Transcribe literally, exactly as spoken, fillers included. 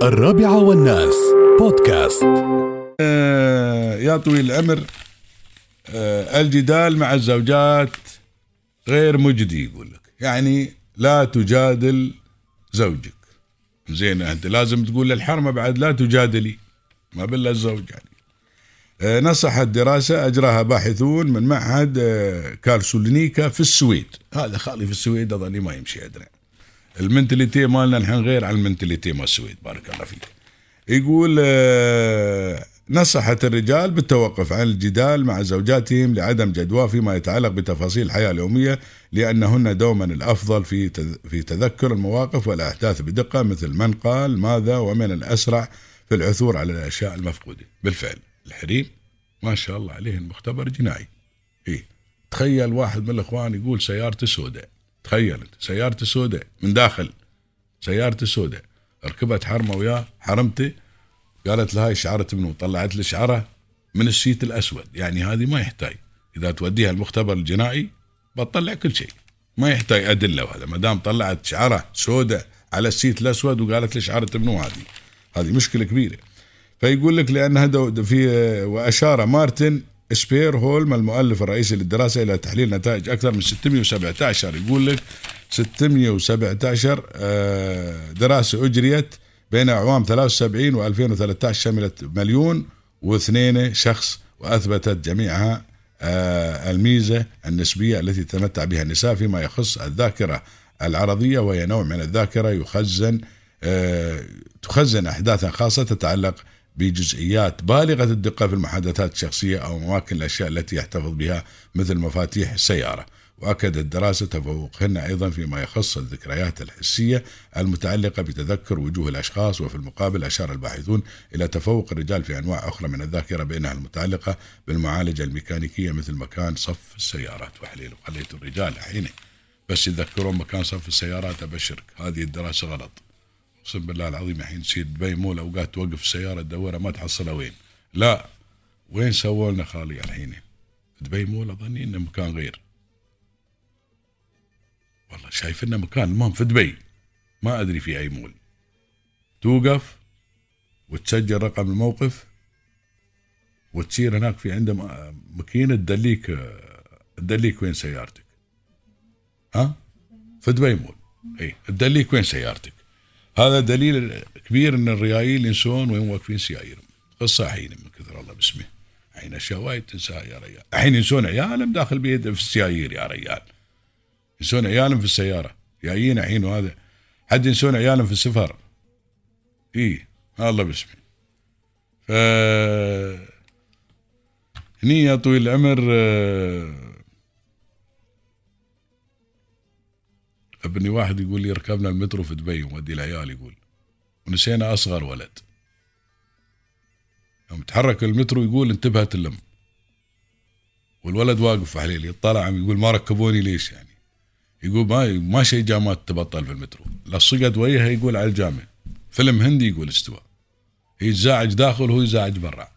الرابعة والناس بودكاست. آه يا طويل العمر، آه الجدال مع الزوجات غير مجدي. يقول لك يعني لا تجادل زوجك. زين، أنت لازم تقول للحرمة بعد لا تجادلي، ما بالله الزوج يعني. آه نصحت دراسة أجراها باحثون من معهد آه كارسولينيكا في السويد. هذا خالي في السويد أظني ما يمشي أدري. المنتاليتي مالنا الحين غير عن المنتاليتي مال السويد، بارك الله فيك. يقول آه نصحت الرجال بالتوقف عن الجدال مع زوجاتهم لعدم جدوى فيما يتعلق بتفاصيل الحياة اليومية، لأنهن دوما الأفضل في في تذكر المواقف والأحداث بدقة، مثل من قال ماذا ومن الأسرع في العثور على الأشياء المفقودة. بالفعل الحريم ما شاء الله عليهم مختبر جنائي. إيه، تخيل واحد من الإخوان يقول سيارتي سوداء. تخيل انت سيارتي سوداء من داخل، سيارتي سوداء، ركبت حرمة وياه حرمتي، قالت لها شعرت منه، طلعت لي شعره من الشيت الأسود. يعني هذه ما يحتاج، إذا توديها المختبر الجنائي بتطلع كل شيء، ما يحتاج أدلة. وهذا ما دام طلعت شعره سوداء على الشيت الأسود وقالت لي شعرت منه، هذه هذه مشكلة كبيرة. فيقول لك لأنها في وأشار مارتن سبير هولم المؤلف الرئيسي للدراسة إلى تحليل نتائج أكثر من ستمائة وسبعة عشر. يقول لك ستمائة وسبعة عشر دراسة أجريت بين أعوام ثلاثة وسبعين و ألفين وثلاثة عشر، شملت مليون واثنين شخص، وأثبتت جميعها الميزة النسبية التي تتمتع بها النساء فيما يخص الذاكرة العرضية، وهي نوع من الذاكرة يخزن تخزن أحداثا خاصة تتعلق بجزئيات بالغة الدقة في المحادثات الشخصية أو أماكن الأشياء التي يحتفظ بها مثل مفاتيح السيارة. وأكدت الدراسة تفوقهن أيضا فيما يخص الذكريات الحسية المتعلقة بتذكر وجوه الأشخاص. وفي المقابل أشار الباحثون إلى تفوق الرجال في أنواع أخرى من الذاكرة، بينها المتعلقة بالمعالجة الميكانيكية مثل مكان صف السيارات. وحليل وخليت الرجال حين بس يذكرون مكان صف السيارات، أبشرك هذه الدراسة غلط. اقسم بالله العظيم الحين تصير دبي مول اوقات توقف السياره تدورها ما تحصلها وين. لا، وين سووا لنا خالي الحين دبي مول؟ اظني انه مكان غير، والله شايف انه مكان المهم في دبي ما ادري في اي مول. توقف وتسجل رقم الموقف وتصير هناك في عنده ماكينه تدليك تدليك وين سيارتك. ها في دبي مول، اي تدليك وين سيارتك. هذا دليل كبير ان الريايل ينسون وين واقفين سيايرهم. قصه حين من كثر الله باسمه، حين اشياء وايد تنساها يا ريال. الحين ينسون عيالهم داخل بيد في السيايير يا ريال، ينسون عيالهم في السياره جايين الحين. وهذا حد ينسون عيالهم في السفر. اي الله باسمه. ف هني يا طويل العمر ابني واحد يقول لي ركبنا المترو في دبي وودي العيال، يقول ونسينا أصغر ولد. يوم تحرك المترو يقول انتبهت الأم، والولد واقف عليه يطلع يقول ما ركبوني ليش يعني. يقول ما ما شيء جامات تبطل في المترو، لا صقد وجهه يقول على الجامع. فيلم هندي يقول استوى، هي يزاعج داخل وهو يزاعج برا.